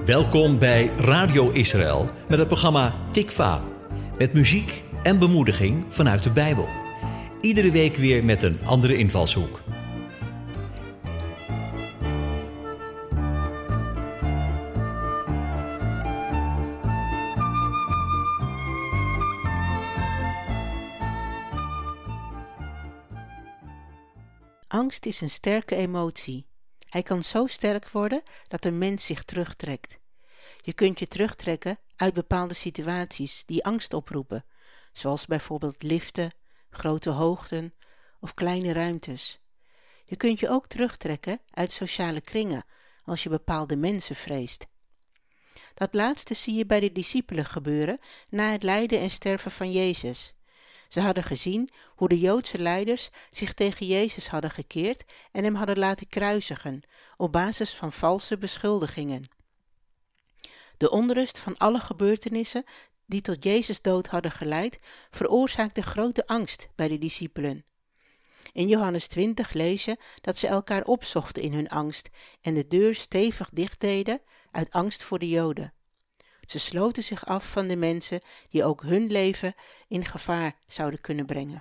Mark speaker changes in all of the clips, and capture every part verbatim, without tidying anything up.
Speaker 1: Welkom bij Radio Israël met het programma Tikva. Met muziek en bemoediging vanuit de Bijbel. Iedere week weer met een andere invalshoek.
Speaker 2: Angst is een sterke emotie. Hij kan zo sterk worden dat een mens zich terugtrekt. Je kunt je terugtrekken uit bepaalde situaties die angst oproepen, zoals bijvoorbeeld liften, grote hoogten of kleine ruimtes. Je kunt je ook terugtrekken uit sociale kringen als je bepaalde mensen vreest. Dat laatste zie je bij de discipelen gebeuren na het lijden en sterven van Jezus. Ze hadden gezien hoe de Joodse leiders zich tegen Jezus hadden gekeerd en hem hadden laten kruisigen op basis van valse beschuldigingen. De onrust van alle gebeurtenissen die tot Jezus' dood hadden geleid, veroorzaakte grote angst bij de discipelen. In Johannes twintig lees je dat ze elkaar opzochten in hun angst en de deur stevig dichtdeden uit angst voor de Joden. Ze sloten zich af van de mensen die ook hun leven in gevaar zouden kunnen brengen.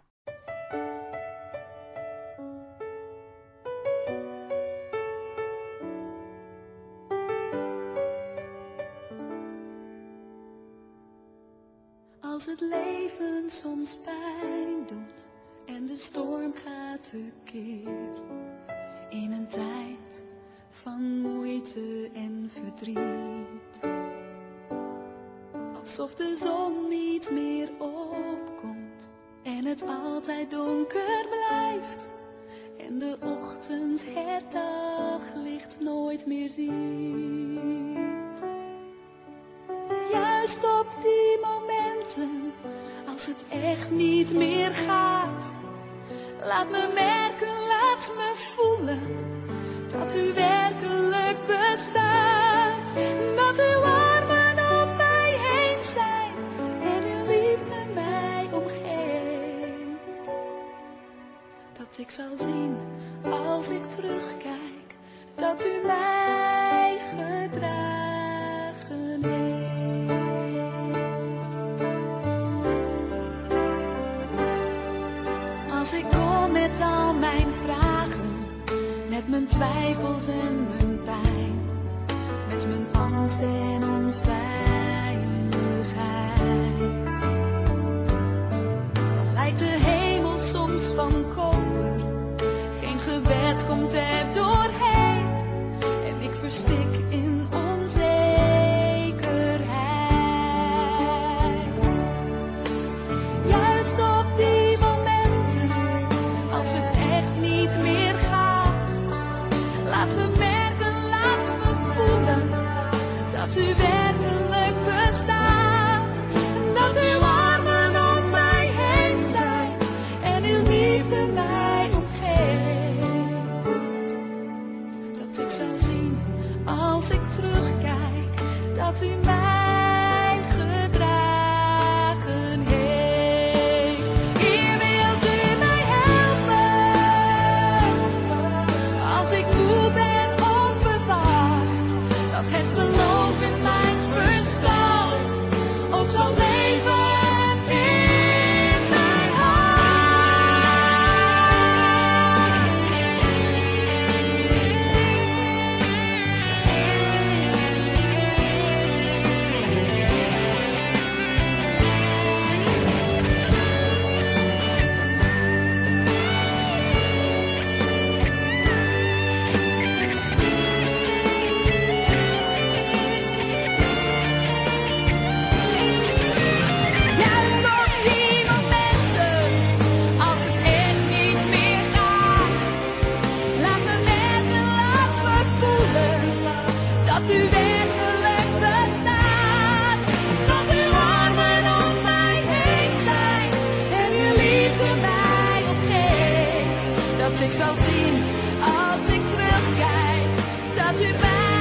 Speaker 3: Als het leven soms pijn doet en de storm gaat tekeer, in een tijd van moeite en verdriet, alsof de zon niet meer opkomt en het altijd donker blijft en de ochtend het daglicht nooit meer ziet. Juist op die momenten, als het echt niet meer gaat, laat me merken, laat me voelen dat u werkelijk bestaat, dat uw armen om mij heen zijn en uw liefde mij omgeeft. Dat ik zal zien als ik terugkijk, dat u mij gedragen heeft. Als ik kom met al mijn vragen, met mijn twijfels en mijn pijn, met mijn angst en onveiligheid, dan lijkt de hemel soms van koper, geen gebed komt er doorheen en ik verstik in onzekerheid. Juist op die momenten, als het echt niet meer gaat, laat me merken, laat me voelen dat u werkelijk bestaat, dat uw armen om mij heen zijn en uw liefde mij omgeeft. Dat ik zal zien als ik terugkijk, dat u mij gedragen heeft. Hier wilt u mij helpen, als ik moe ben onverwacht, dat het geloof in mijn verstand ook zal leven in mijn Juist op die momenten, als het echt niet meer gaat, laat me merken, laat me voelen dat u werkelijk bestaat, dat uw armen om mij heen zijn en uw liefde mij omgeeft. Dat ik zal zien als ik terugkijk, dat u mij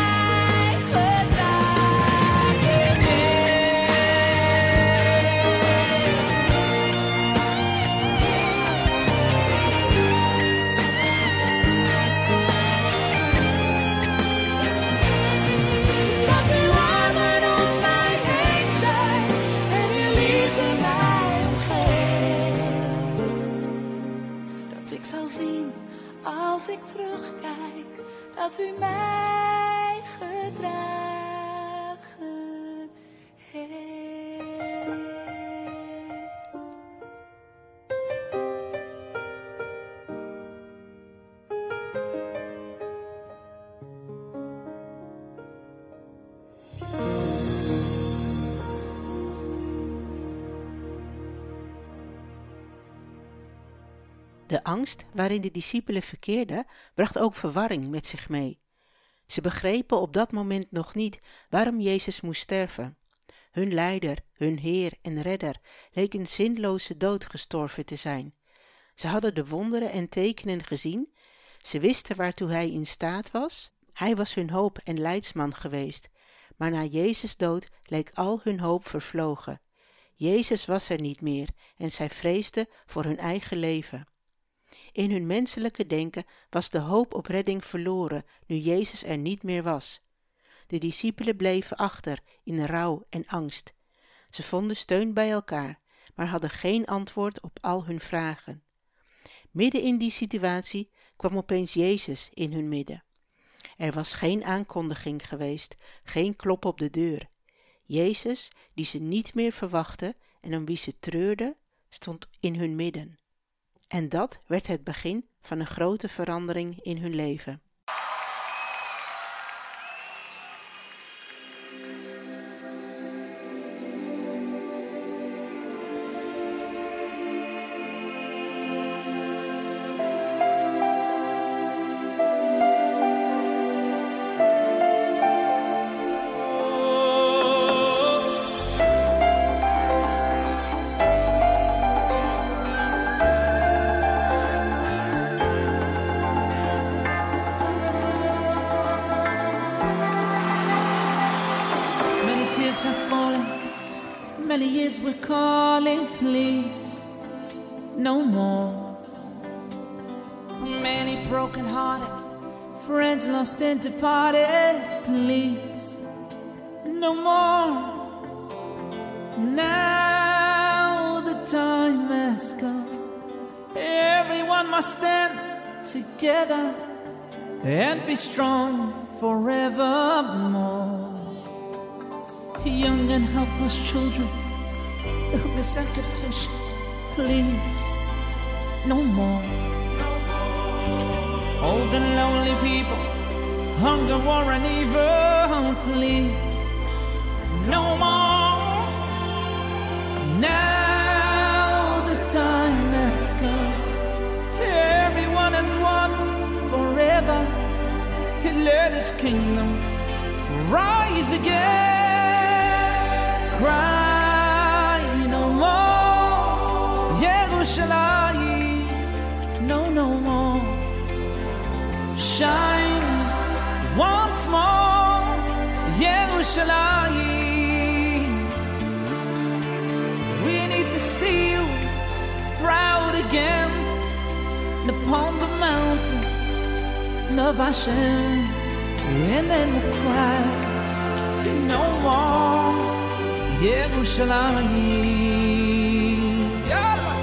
Speaker 3: gedragen heeft. dat u mij gedragen heeft.
Speaker 2: De angst waarin de discipelen verkeerden, bracht ook verwarring met zich mee. Ze begrepen op dat moment nog niet waarom Jezus moest sterven. Hun leider, hun Heer en Redder, leek een zinloze dood gestorven te zijn. Ze hadden de wonderen en tekenen gezien, ze wisten waartoe hij in staat was. Hij was hun hoop en leidsman geweest, maar na Jezus' dood leek al hun hoop vervlogen. Jezus was er niet meer en zij vreesden voor hun eigen leven. In hun menselijke denken was de hoop op redding verloren nu Jezus er niet meer was. De discipelen bleven achter in rouw en angst. Ze vonden steun bij elkaar, maar hadden geen antwoord op al hun vragen. Midden in die situatie kwam opeens Jezus in hun midden. Er was geen aankondiging geweest, geen klop op de deur. Jezus, die ze niet meer verwachtten en om wie ze treurden, stond in hun midden. En dat werd het begin van een grote verandering in hun leven.
Speaker 4: Many years we're calling, please, no more. Many broken-hearted friends lost and departed, please, no more. Now the time has come. Everyone must stand together and be strong forevermore. Young and helpless children, illness and confusion, please, no more. Old and lonely people, hunger, war and evil, please, no more. Now the time has come. Everyone has won forever. Let His kingdom rise again. Cry no more, Yerushalayim, no, no more. Shine once more, Yerushalayim. We need to see you proud again upon the mountain of Hashem, and then we'll cry no more. Yerushalayim. Yalla.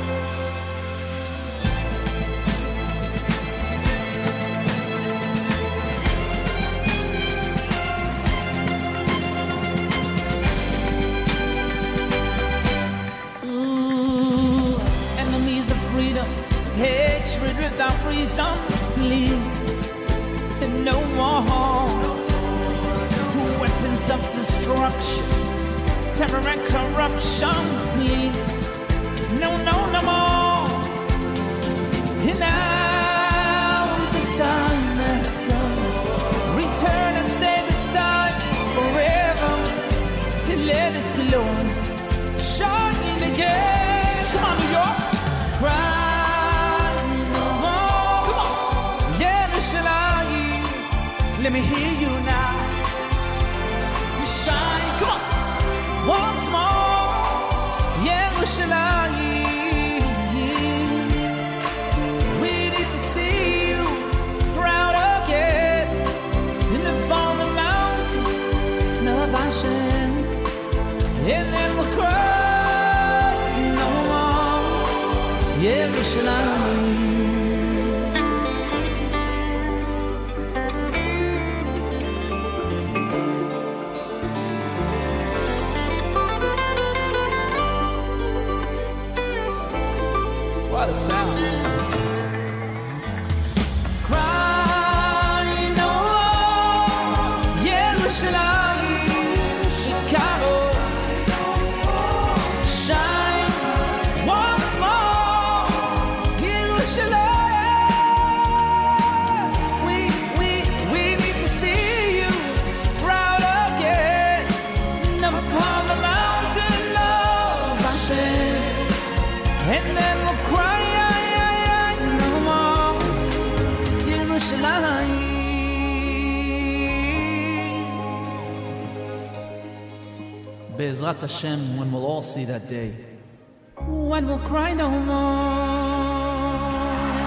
Speaker 4: Ooh, enemies of freedom, hatred without reason, please, no more. Weapons of destruction, terror and corruption, please, no, no, no more. And now the time has come. Return and stay this time forever. And let His glory shine again. Come on, New York. Cry no more. Come on. Yerushalayim. Let me hear you now. Shine, come on. Once more, Yerushalayim. We need to see you proud again in upon the mountain of Hashem, and then we'll cry no more, Yerushalayim. Yerushalayim Shekarov, shine once more. Yerushalayim, we we we need to see you proud again upon the mountain of Hashem, and then we'll cry no more. Yerushalayim. Be'ezrat Hashem, when we'll all see that day, when we'll cry no more.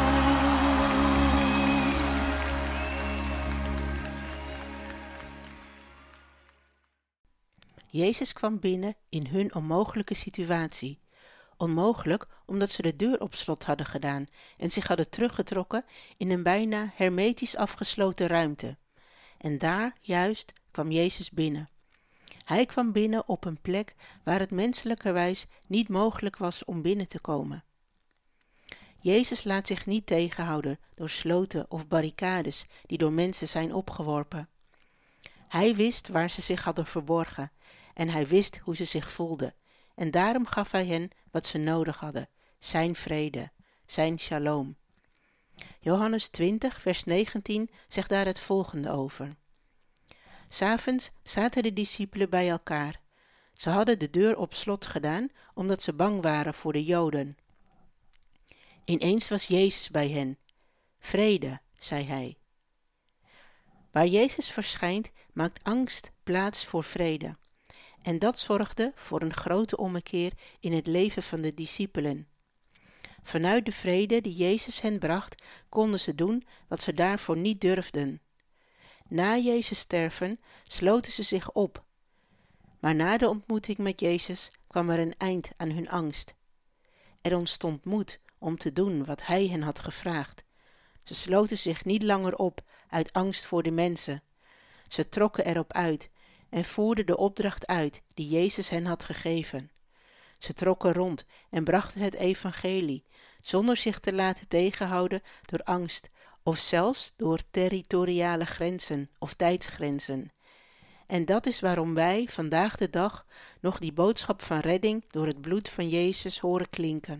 Speaker 2: Jezus kwam binnen in hun onmogelijke situatie. Onmogelijk omdat ze de deur op slot hadden gedaan en zich hadden teruggetrokken in een bijna hermetisch afgesloten ruimte. En daar juist kwam Jezus binnen. Hij kwam binnen op een plek waar het menselijkerwijs niet mogelijk was om binnen te komen. Jezus laat zich niet tegenhouden door sloten of barricades die door mensen zijn opgeworpen. Hij wist waar ze zich hadden verborgen en hij wist hoe ze zich voelden. En daarom gaf hij hen wat ze nodig hadden, zijn vrede, zijn shalom. Johannes twintig, vers negentien zegt daar het volgende over. 'S Avonds zaten de discipelen bij elkaar. Ze hadden de deur op slot gedaan, omdat ze bang waren voor de Joden. Ineens was Jezus bij hen. 'Vrede', zei hij. Waar Jezus verschijnt, maakt angst plaats voor vrede. En dat zorgde voor een grote ommekeer in het leven van de discipelen. Vanuit de vrede die Jezus hen bracht, konden ze doen wat ze daarvoor niet durfden. Na Jezus' sterven sloten ze zich op. Maar na de ontmoeting met Jezus kwam er een eind aan hun angst. Er ontstond moed om te doen wat Hij hen had gevraagd. Ze sloten zich niet langer op uit angst voor de mensen. Ze trokken erop uit en voerden de opdracht uit die Jezus hen had gegeven. Ze trokken rond en brachten het evangelie, zonder zich te laten tegenhouden door angst of zelfs door territoriale grenzen of tijdsgrenzen. En dat is waarom wij vandaag de dag nog die boodschap van redding door het bloed van Jezus horen klinken.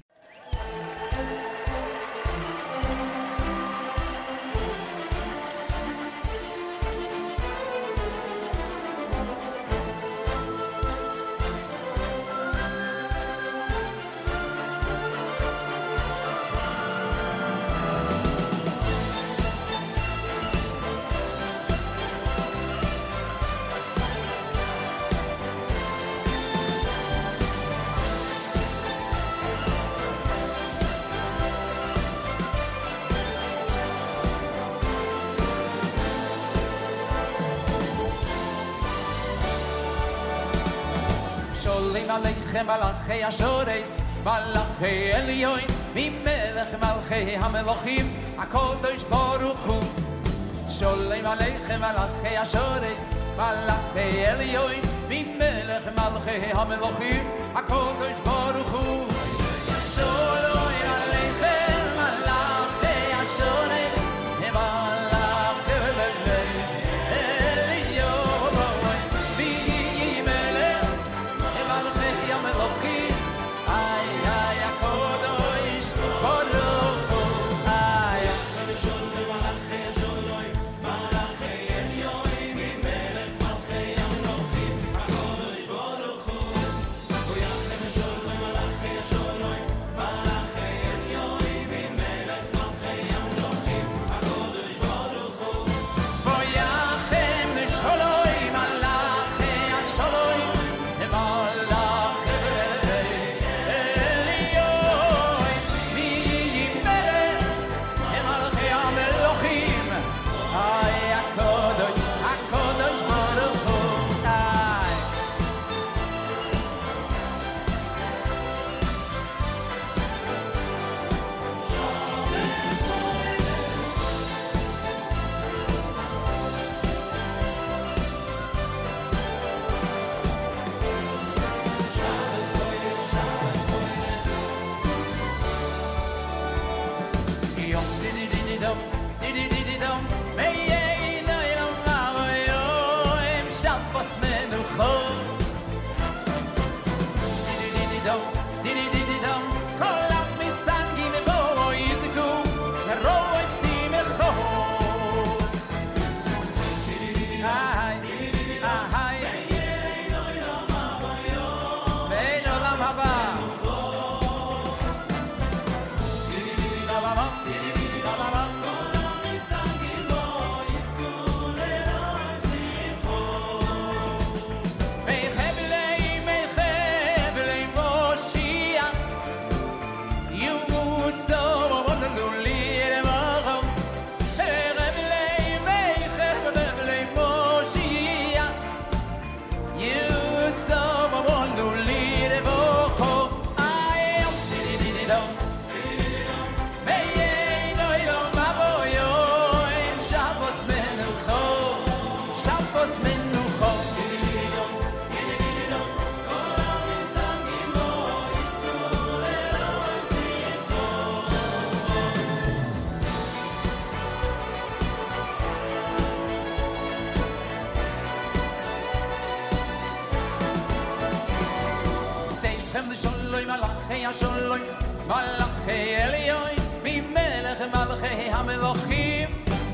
Speaker 5: Sholem aleichem malachei ashores, malachei elyoin, mimelech malchei hamelochim, HaKadosh Baruch Hu. Sholem aleichem malachei ashores, malachei elyoin, mimelech malchei hamelochim, HaKadosh Baruch Hu. Sholem aleichem malachei ashores, malachei elyoin, mimelech Melochim, ay ay HaKadosh Baruch Hu, ay Sholem malachei Sholem malachei elyoin, mimelech malchei hamelochim, HaKadosh Baruch Hu. Sholem malachei Sholem malachei השולוי מלאכי עליון ממלך מלכי המלוכים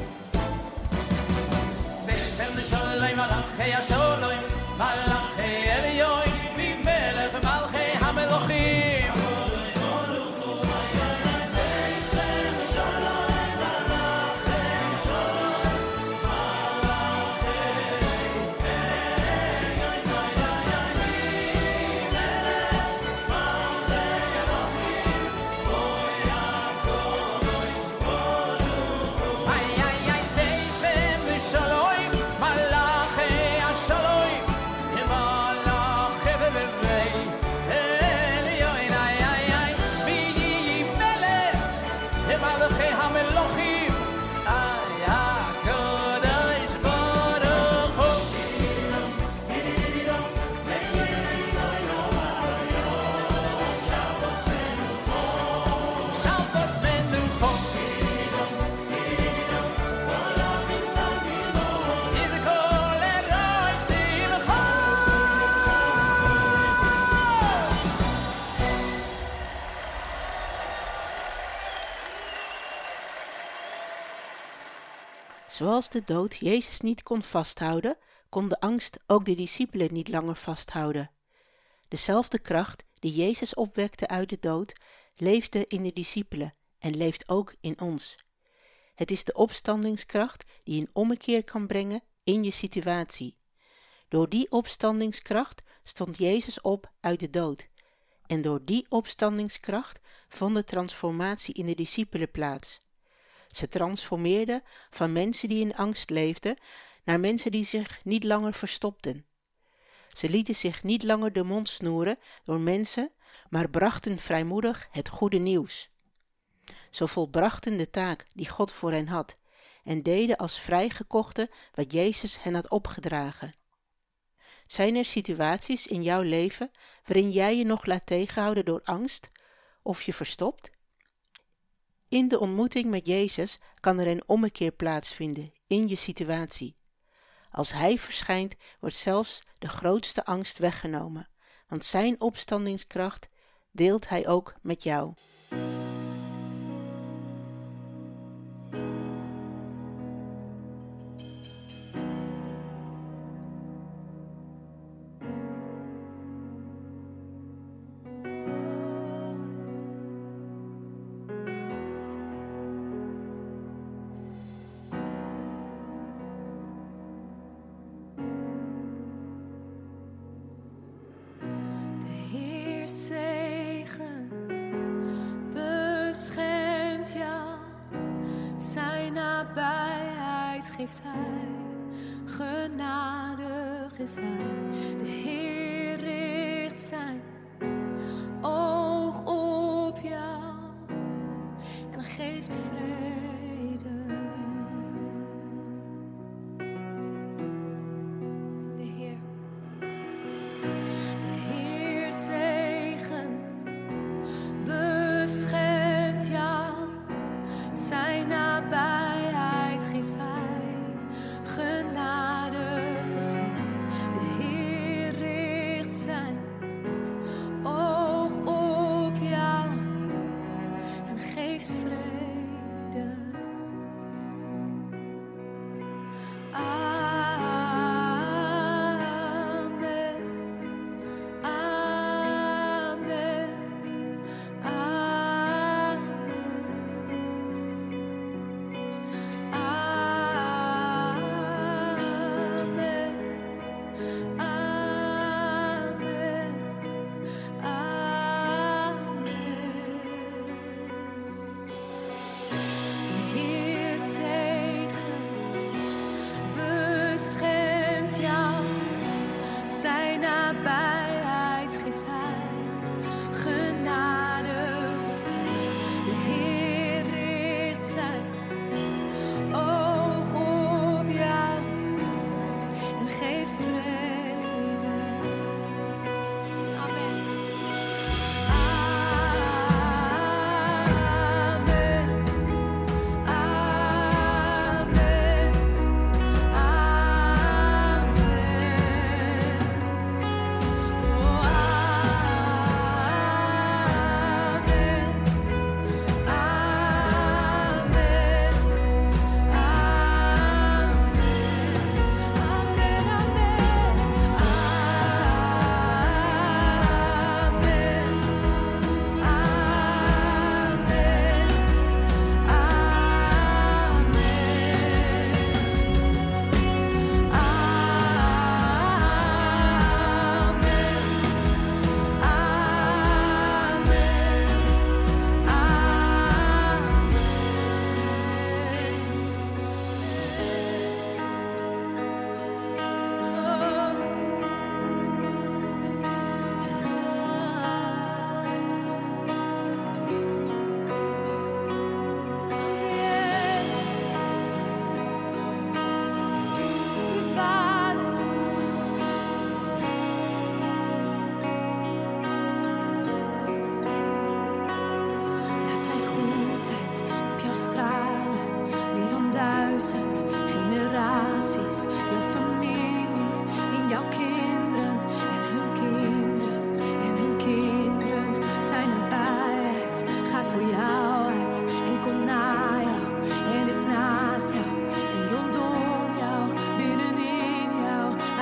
Speaker 5: צפר נשולוי מלאכי השולוי מלאכי עליון ממלך מלכי המלוכים
Speaker 2: Zoals de dood Jezus niet kon vasthouden, kon de angst ook de discipelen niet langer vasthouden. Dezelfde kracht die Jezus opwekte uit de dood, leefde in de discipelen en leeft ook in ons. Het is de opstandingskracht die een ommekeer kan brengen in je situatie. Door die opstandingskracht stond Jezus op uit de dood. En door die opstandingskracht vond de transformatie in de discipelen plaats. Ze transformeerden van mensen die in angst leefden naar mensen die zich niet langer verstopten. Ze lieten zich niet langer de mond snoeren door mensen, maar brachten vrijmoedig het goede nieuws. Ze volbrachten de taak die God voor hen had en deden als vrijgekochten wat Jezus hen had opgedragen. Zijn er situaties in jouw leven waarin jij je nog laat tegenhouden door angst of je verstopt? In de ontmoeting met Jezus kan er een ommekeer plaatsvinden in je situatie. Als Hij verschijnt, wordt zelfs de grootste angst weggenomen, want Zijn opstandingskracht deelt Hij ook met jou.
Speaker 3: Geeft Hij, genadig is Hij. De Heer richt Zijn oog op jou en geeft vrede. De Heer, de Heer zegent, beschermt jou, Zijn nabijheid geeft Hij. Genadig is Hij, de Heer richt Zijn oog op jou en geeft vrede. Amen, amen, amen. Geeft vrede.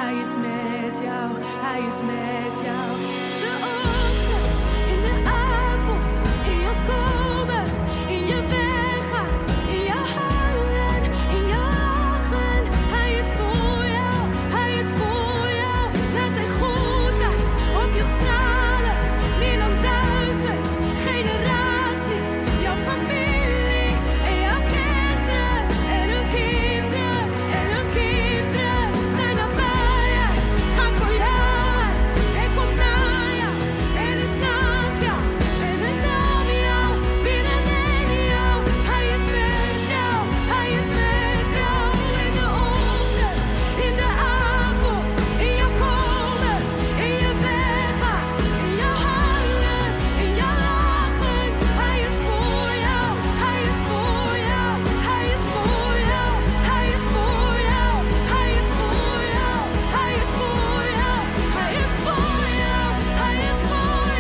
Speaker 3: hij is met jou, hij is met jou. In de ochtend, in de avond, in jouw komen, in je weggaan, in jouw huilen, in jouw lachen. Hij is voor jou, hij is voor jou. Laat zijn goedheid op je stralen, meer dan duizend generaties. Jouw familie en jouw kinderen en hun kinderen en hun kinderen. Zijn nabijheid gaat voor jou uit en komt naar jou en is naast jou en we namen jou binnenin jou. Hij is met jou, hij is met jou. In de ochtend, in de avond, in jouw komen, in je weggaan, in jouw huilen, in jouw lachen. Hij is voor jou, hij is voor jou, hij is voor jou, hij is voor jou, hij is voor jou, hij is voor jou, hij is voor jou, hij is voor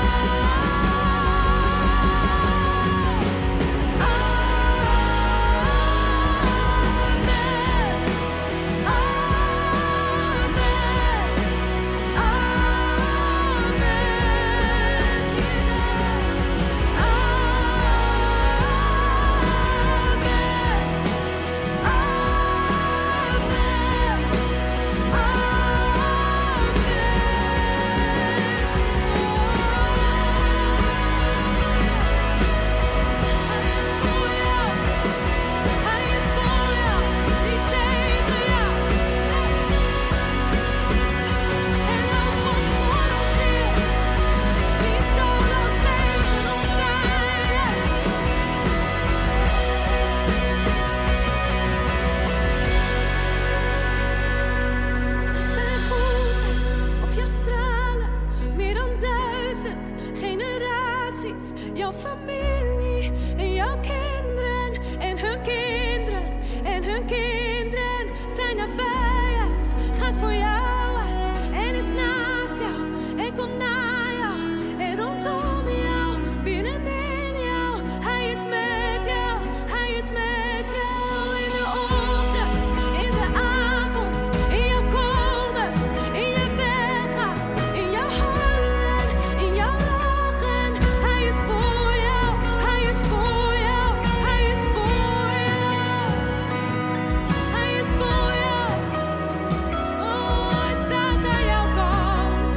Speaker 3: jouw familie en jouw kinderen en hun kinderen en hun kinderen. Zijn nabijheid gaat voor jou uit en is naast jou en komt naar jou en rondom jou, binnenin jou. Hij is met jou, hij is met jou. In de ochtend, in de avond, in jouw komen, in je weggaan, in jouw huilen, in jouw lachen. Hij is voor jou, hij is voor jou, hij is voor jou. Hij is voor jou. Oh, hij staat aan jouw kant.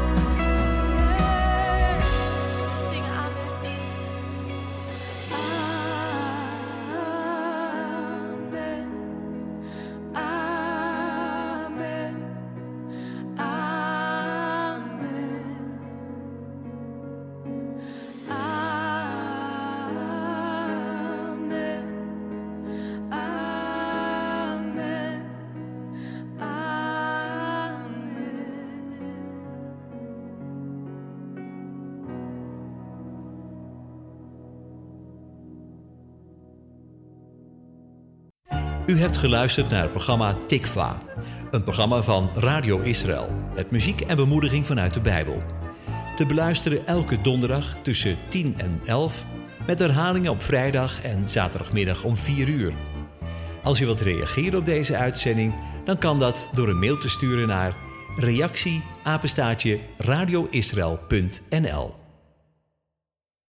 Speaker 3: Hey. Zing amen. Amen. Amen. Amen. Amen. Amen.
Speaker 1: U hebt geluisterd naar het programma Tikva, een programma van Radio Israël met muziek en bemoediging vanuit de Bijbel. Te beluisteren elke donderdag tussen tien en elf, met herhalingen op vrijdag en zaterdagmiddag om vier uur. Als u wilt reageren op deze uitzending, dan kan dat door een mail te sturen naar reactie apenstaartje radioisrael punt n l.